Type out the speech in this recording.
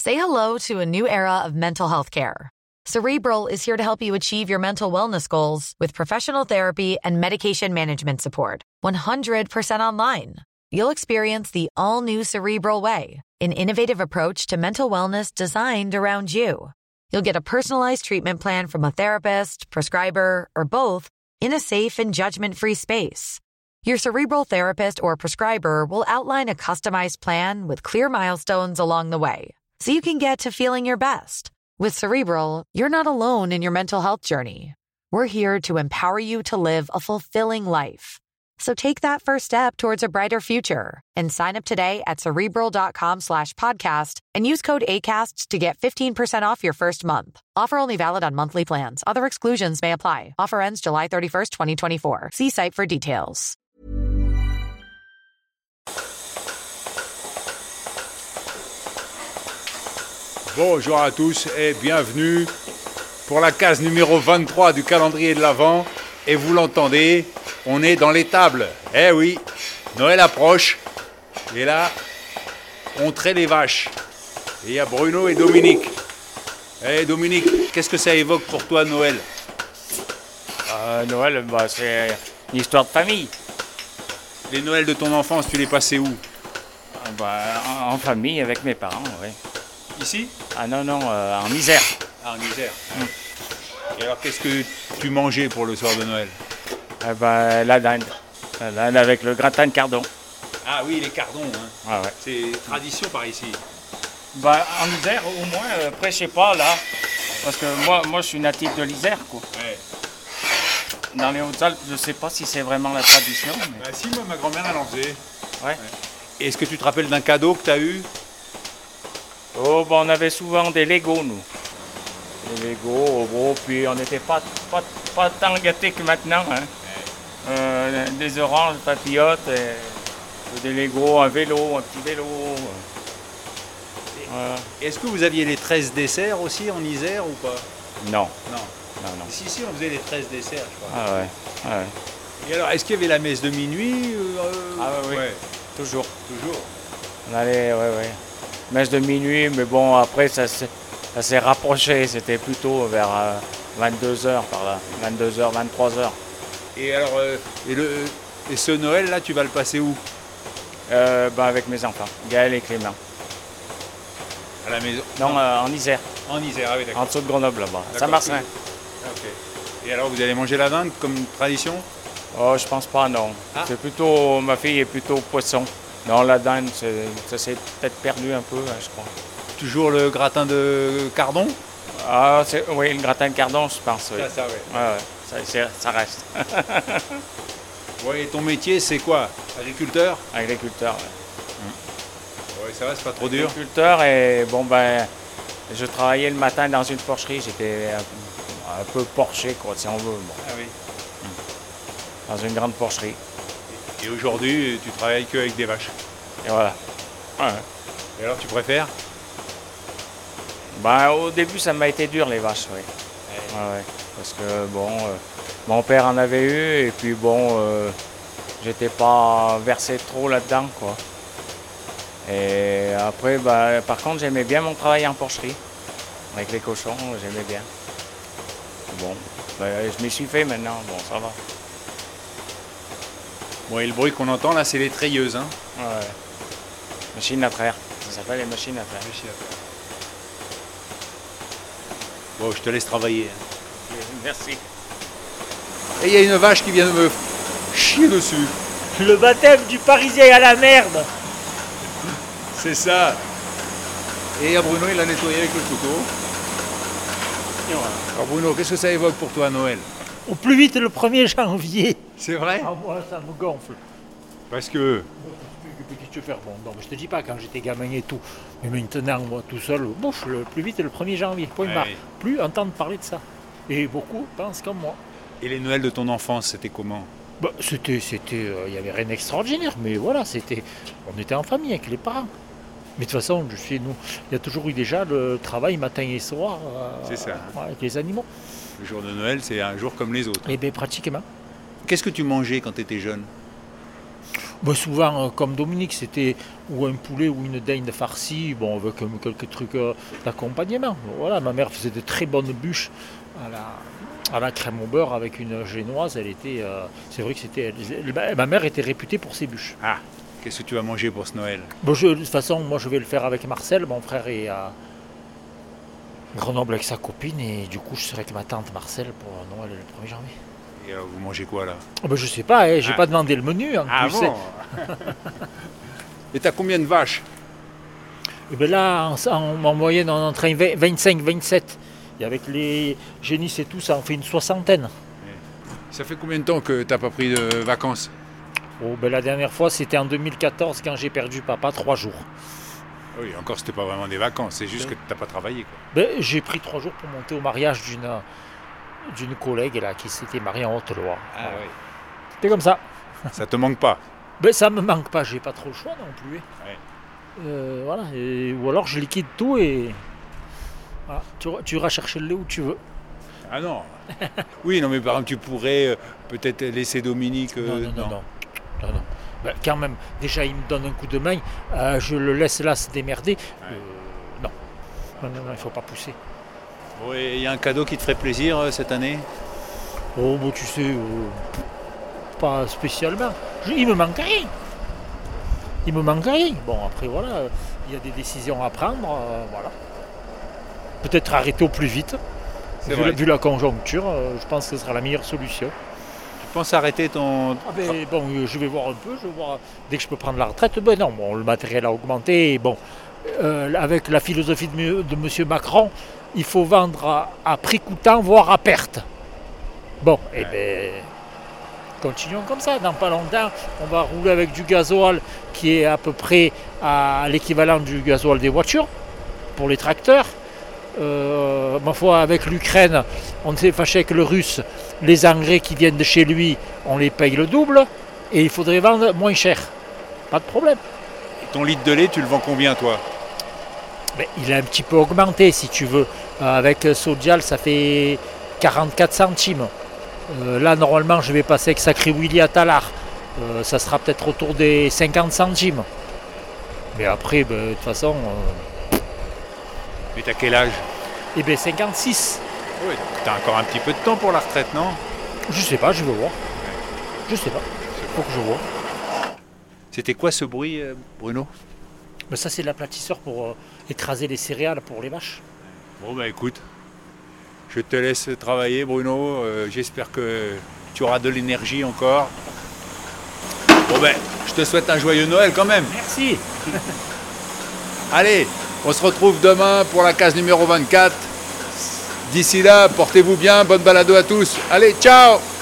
Say hello to a new era of mental health care. Cerebral is here to help you achieve your mental wellness goals with professional therapy and medication management support. 100% online. You'll experience the all-new Cerebral Way, an innovative approach to mental wellness designed around you. You'll get a personalized treatment plan from a therapist, prescriber, or both in a safe and judgment-free space. Your Cerebral therapist or prescriber will outline a customized plan with clear milestones along the way, so you can get to feeling your best. With Cerebral, you're not alone in your mental health journey. We're here to empower you to live a fulfilling life. So take that first step towards a brighter future and sign up today at Cerebral.com/podcast and use code ACAST to get 15% off your first month. Offer only valid on monthly plans. Other exclusions may apply. Offer ends July 31st, 2024. See site for details. Bonjour à tous et bienvenue pour la case numéro 23 du calendrier de l'Avent. Et vous l'entendez, on est dans l'étable. Eh oui, Noël approche. Et là, on traite les vaches. Et il y a Bruno et Dominique. Eh Dominique, qu'est-ce que ça évoque pour toi Noël ? Noël, c'est une histoire de famille. Les Noëls de ton enfance, tu les passais où ? En famille avec mes parents, oui. Ici ? Ah non, en Isère. Ah, en Isère. Et alors, qu'est-ce que tu mangeais pour le soir de Noël ? La dinde. La dinde avec le gratin de cardon. Ah oui, les cardons. Hein. Ah ouais. C'est tradition par ici. En Isère, au moins, après, je sais pas, là. Parce que moi, je suis natif de l'Isère, quoi. Ouais. Dans les Hautes-Alpes, je sais pas si c'est vraiment la tradition. Mais... Si, moi, ma grand-mère, elle en faisait. Ouais. Et est-ce que tu te rappelles d'un cadeau que tu as eu ? On avait souvent des Legos, nous. Des Legos, puis on n'était pas tant gâtés que maintenant. Hein. Des oranges, des papillotes, des Legos, un vélo, un petit vélo. Est-ce que vous aviez les 13 desserts aussi en Isère ou pas ? Non. Non. Si, on faisait les 13 desserts, je crois. Ah ouais. Et alors, est-ce qu'il y avait la messe de minuit oui. Ouais. Toujours. Toujours. On allait, ouais. Messe de minuit, mais bon, après, ça s'est rapproché. C'était plutôt vers 22h par là. 22h, 23h. Et alors, et ce Noël-là, tu vas le passer où ? Avec mes enfants, Gaël et Clément. À la maison ? Non, en Isère. En Isère, ah oui, d'accord. En dessous de Grenoble, là-bas. D'accord. Saint-Marcelin. Ok. Et alors, vous allez manger la dinde comme tradition ? Oh, je pense pas, non. Ah. C'est plutôt, ma fille est plutôt poisson. Non, la dinde, ça s'est peut-être perdu un peu, hein, je crois. Toujours le gratin de cardon ? Oui, le gratin de cardon, je pense, oui. Ça, oui. Ouais, ça reste. Ouais, et ton métier, c'est quoi ? Agriculteur ? Agriculteur, oui. Ouais, ça va, c'est pas trop dur ? Agriculteur, et je travaillais le matin dans une porcherie. J'étais un peu porché, quoi, si on veut. Bon. Ah oui. Dans une grande porcherie. Et aujourd'hui, tu travailles qu'avec des vaches. Et voilà. Ouais. Et alors, tu préfères ? Au début, ça m'a été dur, les vaches, oui. Ouais. Parce que, mon père en avait eu, et puis j'étais pas versé trop là-dedans, quoi. Et après, par contre, j'aimais bien mon travail en porcherie. Avec les cochons, j'aimais bien. Je m'y suis fait maintenant, ça va. Bon, et le bruit qu'on entend là, c'est les treilleuses, hein ? Ouais. Machine à traire. Ça s'appelle les machines à traire. Bon, je te laisse travailler. Merci. Et il y a une vache qui vient de me chier dessus. Le baptême du Parisien à la merde. C'est ça. Et Bruno, il l'a nettoyé avec le couteau. Et voilà. Alors Bruno, qu'est-ce que ça évoque pour toi Noël ? Au plus vite le 1er janvier. C'est vrai ? Ah, moi, ça me gonfle. Parce que... Qu'est-ce que tu veux faire ? Non, mais je te dis pas quand j'étais gamin et tout. Mais maintenant, moi, tout seul, le plus vite le 1er janvier. Point barre. Plus entendre parler de ça. Et beaucoup pensent comme moi. Et les Noëls de ton enfance, c'était comment ? C'était, il y avait rien d'extraordinaire, mais voilà, on était en famille avec les parents. Mais de toute façon, chez nous, il y a toujours eu déjà le travail matin et soir c'est ça. Avec les animaux. Le jour de Noël, c'est un jour comme les autres. Et bien, pratiquement. Qu'est-ce que tu mangeais quand tu étais jeune ? Moi, souvent, comme Dominique, c'était ou un poulet ou une dinde farcie, bon, avec quelques trucs d'accompagnement. Voilà, ma mère faisait de très bonnes bûches à la crème au beurre avec une génoise. Elle était, c'est vrai que c'était, ma mère était réputée pour ses bûches. Ah, qu'est-ce que tu vas manger pour ce Noël? Bon, de toute façon, moi, je vais le faire avec Marcel. Mon frère est à Grenoble avec sa copine et du coup, je serai avec ma tante Marcel pour Noël le 1er janvier. Et vous mangez quoi là? Oh, ben, je sais pas, j'ai pas demandé le menu en plus. Bon. Et t'as combien de vaches? Et ben là, en moyenne, on est en train 25-27. Et avec les génisses et tout, ça en fait une soixantaine. Ça fait combien de temps que t'as pas pris de vacances? Oh, ben la dernière fois, c'était en 2014 quand j'ai perdu papa, 3 jours. Oui, encore c'était pas vraiment des vacances, c'est juste que t'as pas travaillé, quoi. Ben, j'ai pris 3 jours pour monter au mariage d'une collègue là, qui s'était mariée en Haute-Loire. Ah Voilà. oui. C'était comme ça. Ça te manque pas? Ben, ça me manque pas, j'ai pas trop le choix non plus. Ouais. Voilà. Ou alors je liquide tout et voilà. Tu iras chercher le lait où tu veux. Ah non. Oui, non, mais par exemple, tu pourrais peut-être laisser Dominique. Non. Ben, quand même, déjà il me donne un coup de main, je le laisse là se démerder. Non, il faut pas pousser. Oui, il y a un cadeau qui te ferait plaisir cette année? Oh, bon, tu sais, pas spécialement. Il me manque rien. Bon, après, voilà, il y a des décisions à prendre, voilà. Peut-être arrêter au plus vite. Vu la conjoncture, je pense que ce sera la meilleure solution. Tu penses arrêter ton... Bon, je vais voir un peu, dès que je peux prendre la retraite. Ben non, bon, le matériel a augmenté, et bon, avec la philosophie de M. Macron, il faut vendre à prix coûtant, voire à perte. Bon, et continuons comme ça. Dans pas longtemps, on va rouler avec du gasoil qui est à peu près à l'équivalent du gasoil des voitures pour les tracteurs. Ma foi, avec l'Ukraine, on s'est fâché avec le Russe. Les engrais qui viennent de chez lui, on les paye le double et il faudrait vendre moins cher. Pas de problème. Et ton litre de lait, tu le vends combien, toi? Mais il a un petit peu augmenté, si tu veux. Avec Sodial, ça fait 44 centimes. Là, normalement, je vais passer avec Sacré Willy à Talard. Ça sera peut-être autour des 50 centimes. Mais après, de toute façon... Mais t'as quel âge? Eh bien, 56. Oui, donc t'as encore un petit peu de temps pour la retraite, non? Je sais pas, je veux voir. Je sais pas. Faut que je vois. C'était quoi ce bruit, Bruno? Mais ça, c'est l'aplatisseur pour écraser les céréales pour les vaches. Bon, bah écoute, je te laisse travailler, Bruno. J'espère que tu auras de l'énergie encore. Bon, ben, je te souhaite un joyeux Noël quand même. Merci. Allez, on se retrouve demain pour la case numéro 24. D'ici là, portez-vous bien, bonne balado à tous. Allez, ciao!